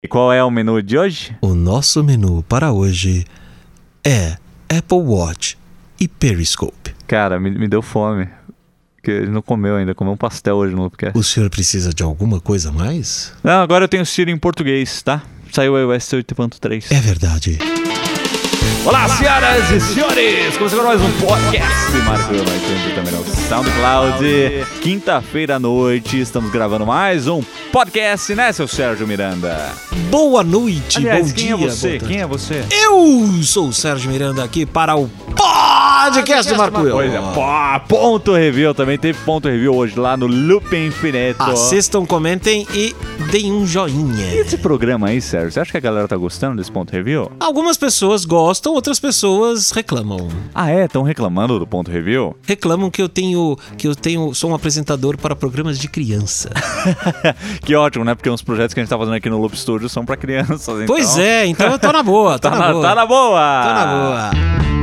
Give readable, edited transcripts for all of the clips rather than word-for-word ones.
E qual é o menu de hoje? O nosso menu para hoje é Apple Watch e Periscope. Cara, me deu fome. Porque ele não comeu ainda, comeu um pastel hoje no podcast. O senhor precisa de alguma coisa a mais? Não, agora eu tenho Siri em português, tá? Saiu o iOS 8.3. É verdade. Olá, senhoras e senhores! Começando mais um podcast. Marco eu aqui também no SoundCloud. Quinta-feira à noite, estamos gravando mais um podcast, né, seu Sérgio Miranda? Boa noite, Aliás, bom quem dia. É você? Quem é você? Eu sou o Sérgio Miranda aqui para o podcast do Marco eu. Pois é, ponto review. Também teve ponto review hoje lá no Loop Infinito. Assistam, comentem e deem um joinha. E esse programa aí, Sérgio, você acha que a galera tá gostando desse ponto review? Algumas pessoas gostam, outras pessoas reclamam. Ah, é? Estão reclamando do ponto review? Reclamam que sou um apresentador para programas de criança. Que ótimo, né? Porque uns projetos que a gente tá fazendo aqui no Loop Studio são pra crianças, então... Pois é, então eu tô na boa, Tá na boa! Tô na boa.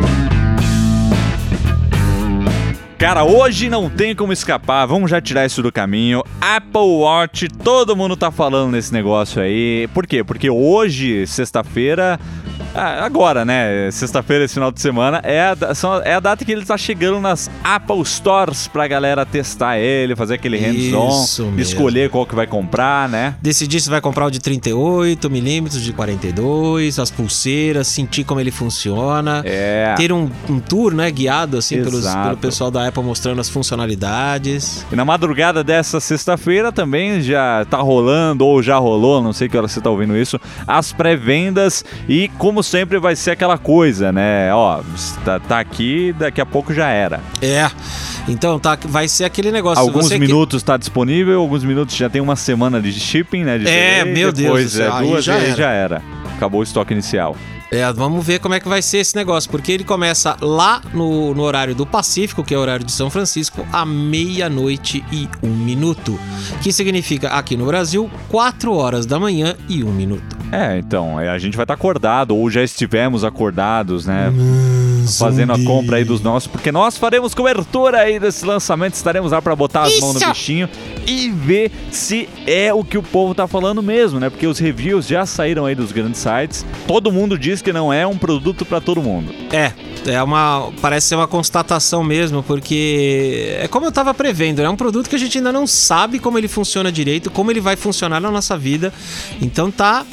Cara, hoje não tem como escapar, vamos já tirar isso do caminho. Apple Watch, todo mundo tá falando nesse negócio aí. Por quê? Porque hoje, sexta-feira... agora, né? Sexta-feira, esse final de semana, é a data que ele tá chegando nas Apple Stores pra galera testar ele, fazer aquele hands-on, escolher qual que vai comprar, né? Decidir se vai comprar o de 38mm, de 42, as pulseiras, sentir como ele funciona. Ter um tour, né, guiado assim pelo pessoal da Apple mostrando as funcionalidades. E na madrugada dessa sexta-feira também já tá rolando, ou já rolou, não sei que hora você tá ouvindo isso, as pré-vendas e como sempre vai ser aquela coisa, né? Ó, tá aqui, daqui a pouco já era. Então vai ser aquele negócio. Alguns minutos tá disponível, alguns minutos já tem uma semana de shipping, né? Meu Deus do céu, duas já era. Acabou o estoque inicial. Vamos ver como é que vai ser esse negócio, porque ele começa lá no horário do Pacífico, que é o horário de São Francisco, à 00:01, que significa aqui no Brasil 4h da manhã e 1 minuto. Então, a gente vai estar acordado, ou já estivemos acordados, né? Fazendo a compra aí dos nossos, porque nós faremos cobertura aí desse lançamento, estaremos lá pra botar as mãos no bichinho e ver se é o que o povo tá falando mesmo, né? Porque os reviews já saíram aí dos grandes sites, todo mundo diz que não é um produto pra todo mundo. Parece ser uma constatação mesmo, porque é como eu tava prevendo, é um produto que a gente ainda não sabe como ele funciona direito, como ele vai funcionar na nossa vida, então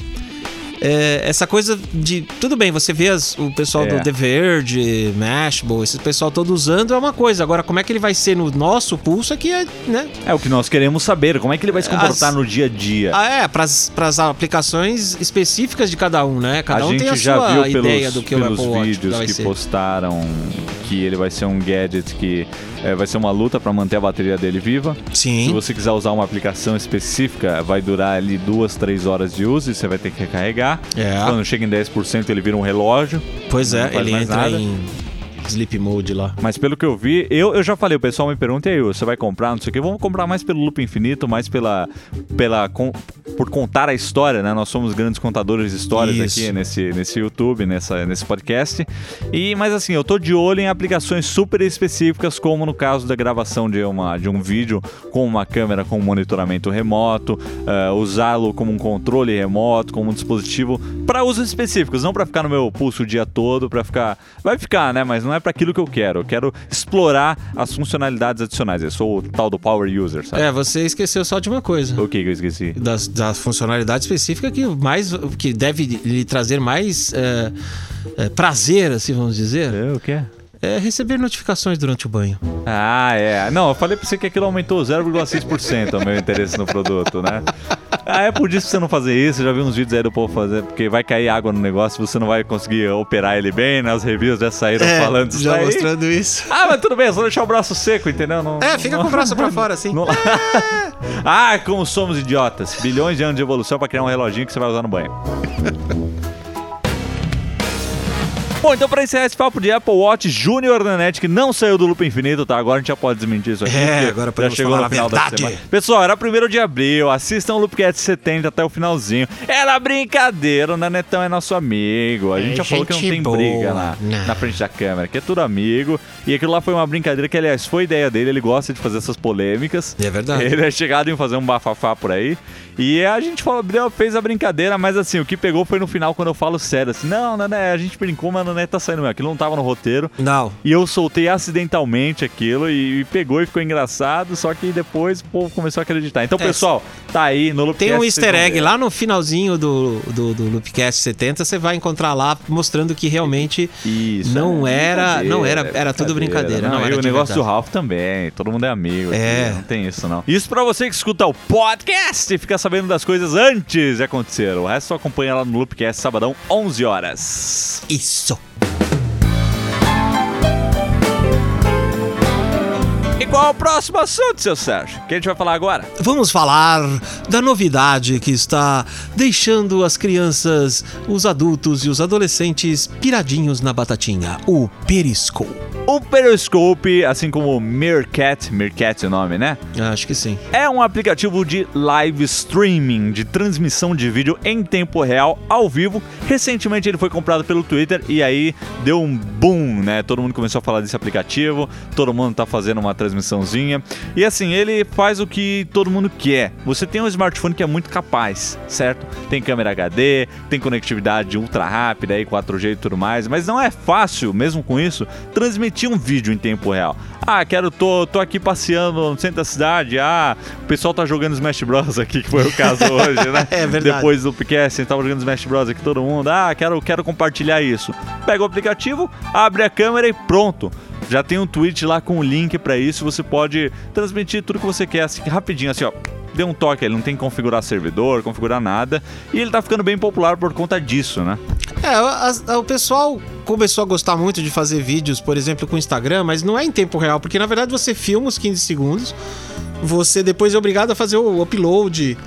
essa coisa de... Tudo bem, você vê o pessoal do The Verge, Mashable, esse pessoal todo usando é uma coisa. Agora, como é que ele vai ser no nosso pulso aqui né? É o que nós queremos saber, como é que ele vai se comportar no dia a dia. Pras aplicações específicas de cada um, né? Cada um tem a já sua viu ideia do que o Apple Watch vídeos que postaram que ele vai ser um gadget que vai ser uma luta para manter a bateria dele viva. Sim. Se você quiser usar uma aplicação específica, vai durar ali 2-3 horas de uso e você vai ter que recarregar. Quando chega em 10%, ele vira um relógio. Pois ele entra em Sleep Mode lá. Mas pelo que eu vi, eu já falei, o pessoal me pergunta, e aí, você vai comprar, não sei o que, vamos comprar mais pelo Loop Infinito, mais por contar a história, né? Nós somos grandes contadores de histórias aqui nesse YouTube, nesse podcast. Mas assim, eu tô de olho em aplicações super específicas, como no caso da gravação de um vídeo com uma câmera com monitoramento remoto, usá-lo como um controle remoto, como um dispositivo para usos específicos, não para ficar no meu pulso o dia todo, vai ficar, né? Mas não é para aquilo que eu quero explorar as funcionalidades adicionais. Eu sou o tal do Power User, sabe? Você esqueceu só de uma coisa. O que eu esqueci? Da funcionalidade específica que deve lhe trazer mais prazer, assim vamos dizer. O quê? Receber notificações durante o banho. Não, eu falei pra você que aquilo aumentou 0,6% o meu interesse no produto, né? É por isso que você não fazer isso. Eu já vi uns vídeos aí do povo fazer, porque vai cair água no negócio, você não vai conseguir operar ele bem, né? Os reviews já saíram falando isso já aí. Mostrando isso. Mas tudo bem, é só deixar o braço seco, entendeu? Fica com o braço pra fora, assim. Como somos idiotas. Bilhões de anos de evolução pra criar um reloginho que você vai usar no banho. Bom, então pra encerrar esse papo de Apple Watch Junior na net, que não saiu do Loop Infinito, tá? Agora a gente já pode desmentir isso aqui. Agora podemos falar a verdade. Pessoal, era 1º de abril, assistam o Loopcast 70 até o finalzinho. Era brincadeira, o Nanetão é nosso amigo. A gente já falou que não tem briga lá na frente da câmera, que é tudo amigo. E aquilo lá foi uma brincadeira que, aliás, foi ideia dele, ele gosta de fazer essas polêmicas. É verdade. Ele é chegado em fazer um bafafá por aí. E a gente fez a brincadeira, mas assim, o que pegou foi no final, quando eu falo sério, assim, não, Nané, a gente brincou, mas a Nané tá saindo mesmo. Aquilo não tava no roteiro. Não. E eu soltei acidentalmente aquilo e pegou e ficou engraçado, só que depois o povo começou a acreditar. Então, pessoal, tá aí no Loopcast. Tem um easter egg lá no finalzinho do Loopcast 70, você vai encontrar lá mostrando que realmente era tudo brincadeira. Não era e o negócio do Ralph também, todo mundo é amigo aqui, não tem isso não. Isso pra você que escuta o podcast e fica sabendo das coisas antes de acontecer. O resto só acompanha lá no Loopcast, sabadão, 11 horas. Isso. E qual é o próximo assunto, seu Sérgio? O que a gente vai falar agora? Vamos falar da novidade que está deixando as crianças, os adultos e os adolescentes piradinhos na batatinha, o Periscope. O Periscope, assim como o Meerkat é o nome, né? Acho que sim. É um aplicativo de live streaming, de transmissão de vídeo em tempo real, ao vivo. Recentemente ele foi comprado pelo Twitter e aí deu um boom, né? Todo mundo começou a falar desse aplicativo, todo mundo tá fazendo uma transmissãozinha. E assim, ele faz o que todo mundo quer. Você tem um smartphone que é muito capaz, certo? Tem câmera HD, tem conectividade ultra rápida, aí 4G e tudo mais, mas não é fácil, mesmo com isso, transmitir um vídeo em tempo real. Tô aqui passeando no centro da cidade, o pessoal tá jogando Smash Bros aqui, que foi o caso hoje, né? É verdade. Depois do Loopcast, a gente tava jogando Smash Bros aqui, todo mundo, quero compartilhar isso. Pega o aplicativo, abre a câmera e pronto. Já tem um tweet lá com o link pra isso, você pode transmitir tudo que você quer, assim, rapidinho, assim, ó. Deu um toque, ele não tem que configurar servidor, configurar nada. E ele tá ficando bem popular por conta disso, né? O pessoal começou a gostar muito de fazer vídeos, por exemplo, com o Instagram, mas não é em tempo real, porque na verdade você filma os 15 segundos, você depois é obrigado a fazer o upload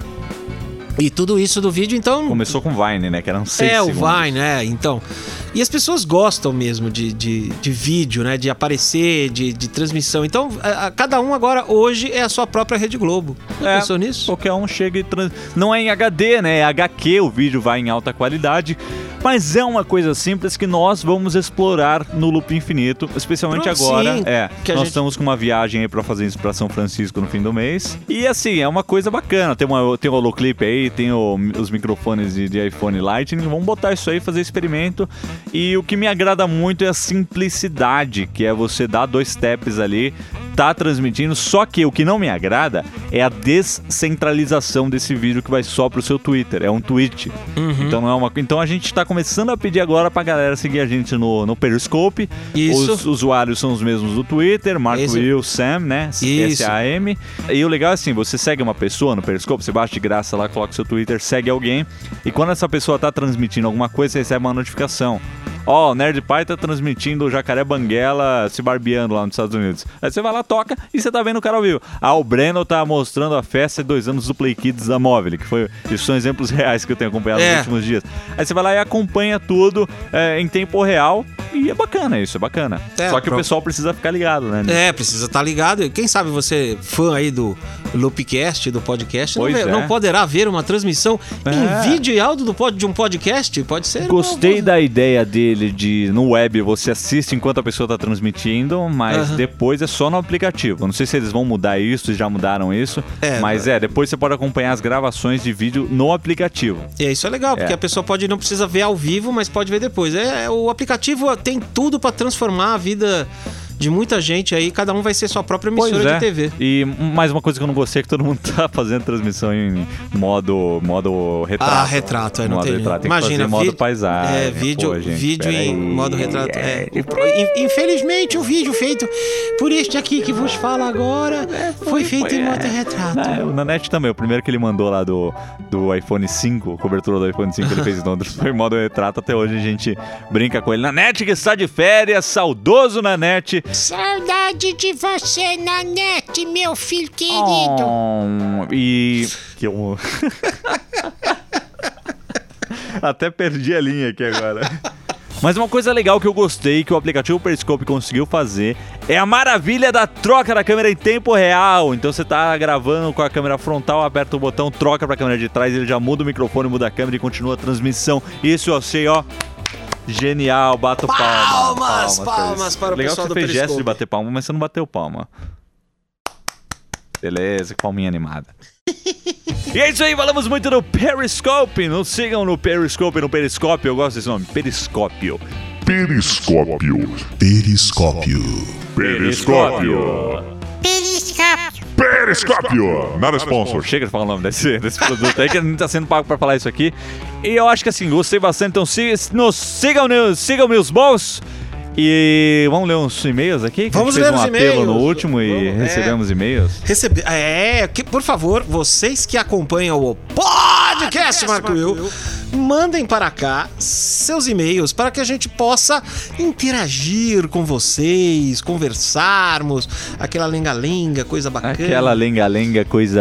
e tudo isso do vídeo, então... Começou com Vine, né? Que eram 6 segundos. O Vine, então... E as pessoas gostam mesmo de vídeo, né? De aparecer, de transmissão. Então, cada um agora, hoje, é a sua própria Rede Globo. Já pensou nisso? Qualquer um chega e... Não é em HD, né? É HQ, o vídeo vai em alta qualidade. Mas é uma coisa simples que nós vamos explorar no Loop Infinito, especialmente agora. Sim, nós estamos com uma viagem aí pra fazer isso pra São Francisco no fim do mês. E assim, é uma coisa bacana. Tem o holoclip aí, tem os microfones de iPhone Lightning. Vamos botar isso aí, fazer experimento. E o que me agrada muito é a simplicidade, que é você dar 2 taps ali, tá transmitindo, só que o que não me agrada é a descentralização desse vídeo que vai só pro seu Twitter, é um tweet. Então não é então a gente tá começando a pedir agora pra galera seguir a gente no Periscope. Isso. Os usuários são os mesmos do Twitter, Mark Will, Sam, né? S-A-M. E o legal é assim, você segue uma pessoa no Periscope, você baixa de graça lá, coloca o seu Twitter, segue alguém, e quando essa pessoa tá transmitindo alguma coisa, você recebe uma notificação. O NerdPie tá transmitindo o Jacaré Banguela se barbeando lá nos Estados Unidos. Aí você vai lá, toca e você tá vendo o cara ao vivo. O Breno tá mostrando a festa de 2 anos do Play Kids da Móvel, que isso são exemplos reais que eu tenho acompanhado nos últimos dias. Aí você vai lá e acompanha tudo em tempo real. E é bacana isso, é bacana. Só que o pessoal precisa ficar ligado, né? Precisa estar ligado. Quem sabe você, fã aí do Loopcast, do podcast, não poderá ver uma transmissão em vídeo e áudio de um podcast? Pode ser. Gostei da ideia dele de no web você assiste enquanto a pessoa está transmitindo, mas depois é só no aplicativo. Não sei se eles vão mudar isso, já mudaram isso, mas depois você pode acompanhar as gravações de vídeo no aplicativo. Isso é legal, porque a pessoa não precisa ver ao vivo, mas pode ver depois. O aplicativo tem tudo para transformar a vida de muita gente aí, cada um vai ser sua própria emissora de TV. E mais uma coisa que eu não gostei é que todo mundo tá fazendo transmissão em modo retrato. Retrato, não modo tem. Retrato. Tem Imagina, que fazer modo paisagem. Vídeo em modo retrato. Infelizmente, o vídeo feito por este aqui que vos fala agora foi feito em modo retrato. O Nanete também, o primeiro que ele mandou lá do iPhone 5, cobertura do iPhone 5 que ele fez em Londres, foi em modo retrato. Até hoje a gente brinca com ele. Nanete que está de férias, saudoso Nanete. Saudade de você, Nanete, meu filho querido. Até perdi a linha aqui agora. Mas uma coisa legal que eu gostei, que o aplicativo Periscope conseguiu fazer, é a maravilha da troca da câmera em tempo real. Então você tá gravando com a câmera frontal, aperta o botão, troca pra câmera de trás, ele já muda o microfone, muda a câmera e continua a transmissão. Isso eu achei, ó, genial. Bato palmas para o legal pessoal do Periscope. Legal que você fez gesto de bater palma, mas você não bateu palma. Beleza, palminha animada. E é isso aí, falamos muito no Periscope. Nos sigam no Periscope, no Periscópio. Eu gosto desse nome, Periscópio. Periscópio. Periscópio. Periscópio. Periscópio. Periscópio. Nada sponsor. Chega de falar o nome desse produto aí, que não tá sendo pago pra falar isso aqui. E eu acho que assim, gostei bastante. Então sigam meus bons. E vamos ler uns e-mails aqui? Vamos ler uns e-mails. Apelo no último e recebemos e-mails. Por favor, vocês que acompanham o podcast Marco Will, mandem para cá seus e-mails para que a gente possa interagir com vocês, conversarmos, aquela lenga-lenga, coisa bacana. Aquela lenga-lenga, coisa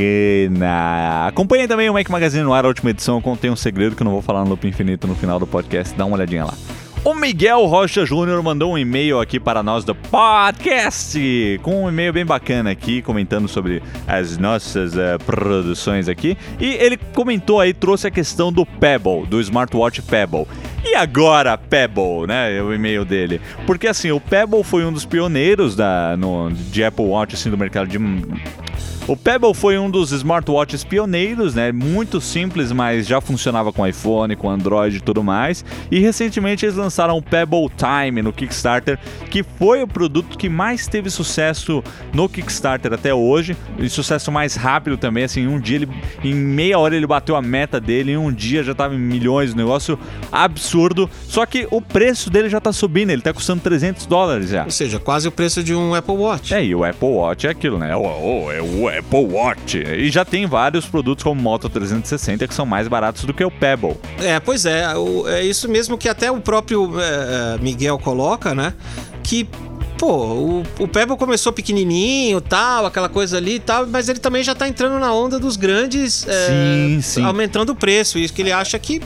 bacana. Acompanhem também o Mac Magazine no ar, a última edição. Eu contei um segredo que eu não vou falar no Loop Infinito no final do podcast. Dá uma olhadinha lá. O Miguel Rocha Júnior mandou um e-mail aqui para nós do podcast, com um e-mail bem bacana aqui, comentando sobre as nossas produções aqui. E ele comentou aí, trouxe a questão do Pebble, do smartwatch Pebble. E agora, Pebble, né? O e-mail dele. Porque assim, o Pebble foi um dos pioneiros de Apple Watch, assim, do mercado de... O Pebble foi um dos smartwatches pioneiros, né? Muito simples, mas já funcionava com iPhone, com Android e tudo mais. E recentemente eles lançaram o Pebble Time no Kickstarter, que foi o produto que mais teve sucesso no Kickstarter até hoje. E sucesso mais rápido também, assim, em meia hora ele bateu a meta dele, em um dia já tava em milhões, um negócio absurdo. Só que o preço dele já tá subindo, ele tá custando $300 já. Ou seja, quase o preço de um Apple Watch. E o Apple Watch é aquilo, né? É o Apple Watch. E já tem vários produtos como o Moto 360 que são mais baratos do que o Pebble. Pois é. É isso mesmo que até o próprio Miguel coloca, né? Que, pô, o Pebble começou pequenininho, tal, aquela coisa ali e tal, mas ele também já tá entrando na onda dos grandes, sim. Aumentando o preço. Isso que ele acha que...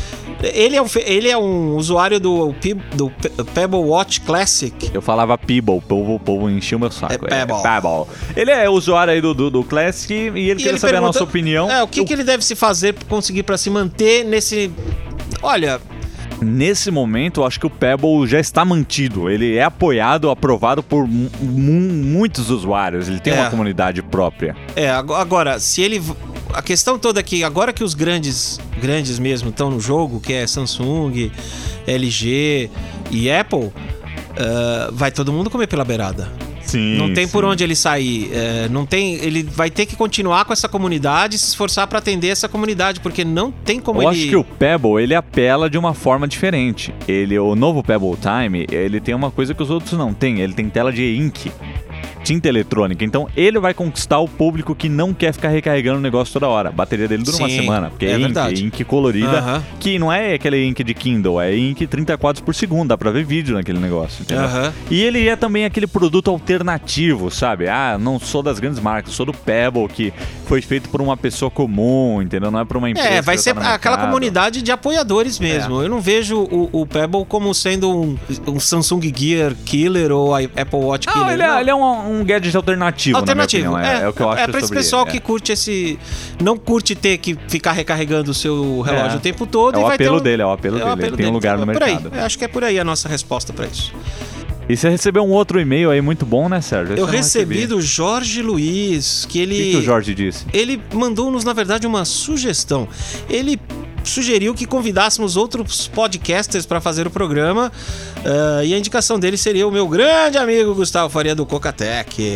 Ele é um usuário do Pebble Watch Classic. Eu falava Pebble, o povo encheu meu saco. Pebble. Ele é usuário aí do Classic e ele queria saber a nossa opinião. O que ele deve se fazer para conseguir para se manter nesse... Olha... Nesse momento, eu acho que o Pebble já está mantido. Ele é apoiado, aprovado por muitos usuários. Ele tem uma comunidade própria. Agora, se ele... A questão toda é que agora que os grandes mesmo estão no jogo, que é Samsung, LG e Apple, vai todo mundo comer pela beirada. Sim, não tem por onde ele sair. Ele vai ter que continuar com essa comunidade e se esforçar para atender essa comunidade, porque não tem como Eu acho que o Pebble, ele apela de uma forma diferente. O novo Pebble Time, ele tem uma coisa que os outros não têm. Ele tem tela de ink, tinta eletrônica. Então ele vai conquistar o público que não quer ficar recarregando o negócio toda hora. A bateria dele dura uma semana, porque é ink colorida, que não é aquele ink de Kindle, é ink 30 quadros por segundo, dá pra ver vídeo naquele negócio, entendeu? E ele é também aquele produto alternativo, sabe? Não sou das grandes marcas, sou do Pebble, que foi feito por uma pessoa comum, entendeu? Não é por uma empresa. Vai ser aquela comunidade de apoiadores mesmo. Eu não vejo o Pebble como sendo um Samsung Gear Killer ou Apple Watch Killer. Ele é um gadget alternativo, na minha opinião. É o que eu acho sobre ele. É pra esse pessoal que curte não curte ter que ficar recarregando o seu relógio o tempo todo. É o apelo dele. Ele tem um lugar no mercado. Acho que é por aí a nossa resposta pra isso. E você recebeu um outro e-mail aí muito bom, né, Sérgio? Eu recebi do Jorge Luiz, que ele... O que o Jorge disse? Ele mandou-nos, na verdade, uma sugestão. Ele sugeriu que convidássemos outros podcasters para fazer o programa, e a indicação dele seria o meu grande amigo Gustavo Faria do Cocatec.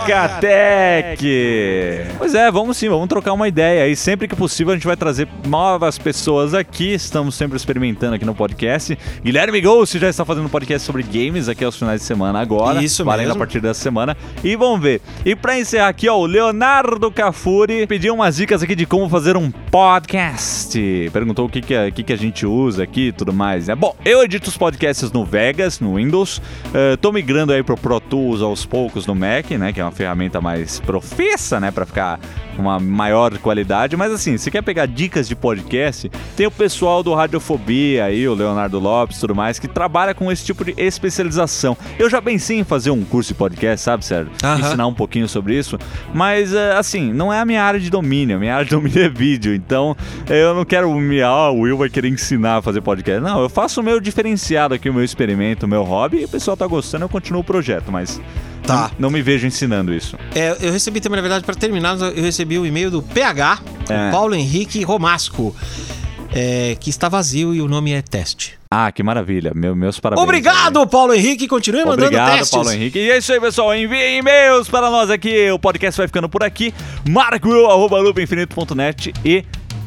Pois é, vamos trocar uma ideia. E sempre que possível a gente vai trazer novas pessoas aqui. Estamos sempre experimentando aqui no podcast. Guilherme Ghost já está fazendo um podcast sobre games aqui aos finais de semana agora. Isso valendo mesmo. A partir dessa semana. E vamos ver. E para encerrar aqui, o Leonardo Cafuri pediu umas dicas aqui de como fazer um podcast. Perguntou o que a gente usa aqui e tudo mais, né? Bom, eu edito os podcasts no Vegas, no Windows. Tô migrando aí pro Pro Tools aos poucos no Mac, né? Que é uma ferramenta mais profissa, né? Pra ficar uma maior qualidade. Mas assim, se quer pegar dicas de podcast, tem o pessoal do Radiofobia aí, o Leonardo Lopes e tudo mais, que trabalha com esse tipo de especialização. Eu já pensei em fazer um curso de podcast, sabe, Sérgio? Ensinar um pouquinho sobre isso, mas assim, não é a minha área de domínio. A minha área de domínio é vídeo, então eu não quero o Will vai querer ensinar a fazer podcast. Não, eu faço o meu diferenciado aqui, o meu experimento, o meu hobby, e o pessoal tá gostando, eu continuo o projeto, mas não me vejo ensinando isso. Eu recebi também, na verdade, para terminar, eu recebi o e-mail do PH, o Paulo Henrique Romasco, que está vazio e o nome é Teste. Ah, que maravilha. Meus parabéns. Obrigado, Paulo Henrique. Continue mandando testes. Obrigado, Paulo Henrique. E é isso aí, pessoal. Enviem e-mails para nós aqui. O podcast vai ficando por aqui. marco@loopinfinito.net e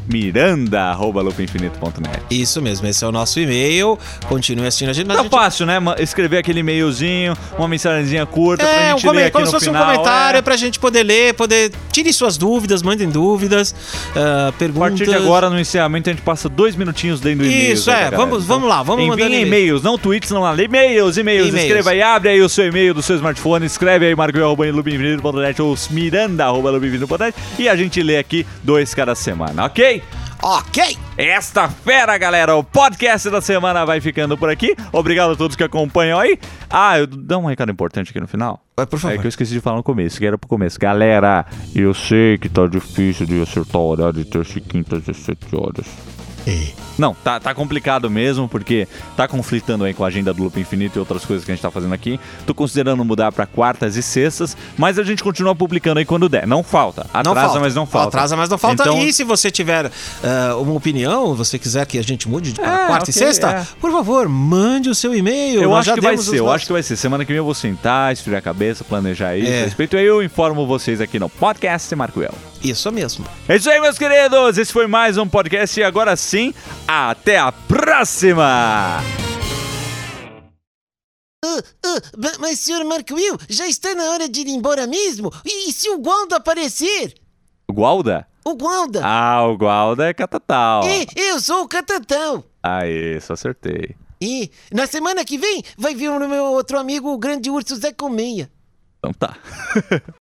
miranda@loopinfinito.net. Isso mesmo, esse é o nosso e-mail. Continue assistindo a gente. Tá fácil, né? Escrever aquele e-mailzinho, uma mensagenzinha curta pra gente ler aqui como no se fosse final. Um comentário pra gente poder ler, tire suas dúvidas, mandem dúvidas, perguntas. A partir de agora, no encerramento, a gente passa 2 minutinhos lendo e-mails. Isso, vamos lá, vamos mandar e-mails, não tweets, não e-mails. Escreva aí, abre aí o seu e-mail do seu smartphone, escreve aí marco@loopinfinito.net ou miranda@loopinfinito.net e a gente lê aqui 2 cada semana, ok? Ok! Esta fera, galera, o podcast da semana vai ficando por aqui. Obrigado a todos que acompanham aí. Eu dou um recado importante aqui no final. Vai, por favor. É que eu esqueci de falar no começo, que era pro começo. Galera, eu sei que tá difícil de acertar o horário de terça e quinta às 17 horas. Não, tá complicado mesmo, porque tá conflitando aí com a agenda do Loop Infinito e outras coisas que a gente tá fazendo aqui. Tô considerando mudar pra quartas e sextas, mas a gente continua publicando aí quando der. Não falta. Atrasa, mas não falta. Atrasa, mas não falta. Então... E se você tiver uma opinião, você quiser que a gente mude para quarta e sexta, por favor, mande o seu e-mail. Eu acho que vai ser. Semana que vem eu vou sentar, esfriar a cabeça, planejar isso. A respeito, aí eu informo vocês aqui no podcast Marco El. Isso mesmo. É isso aí, meus queridos. Esse foi mais um podcast e agora sim, até a próxima! Mas, senhor Marco Will, já está na hora de ir embora mesmo? E se o Gualda aparecer? O Gualda? O Gualda. O Gualda é Catatal. Eu sou o Catatal. Isso, acertei. E na semana que vem vai vir o meu outro amigo, o grande urso Zé Colmeia. Então tá.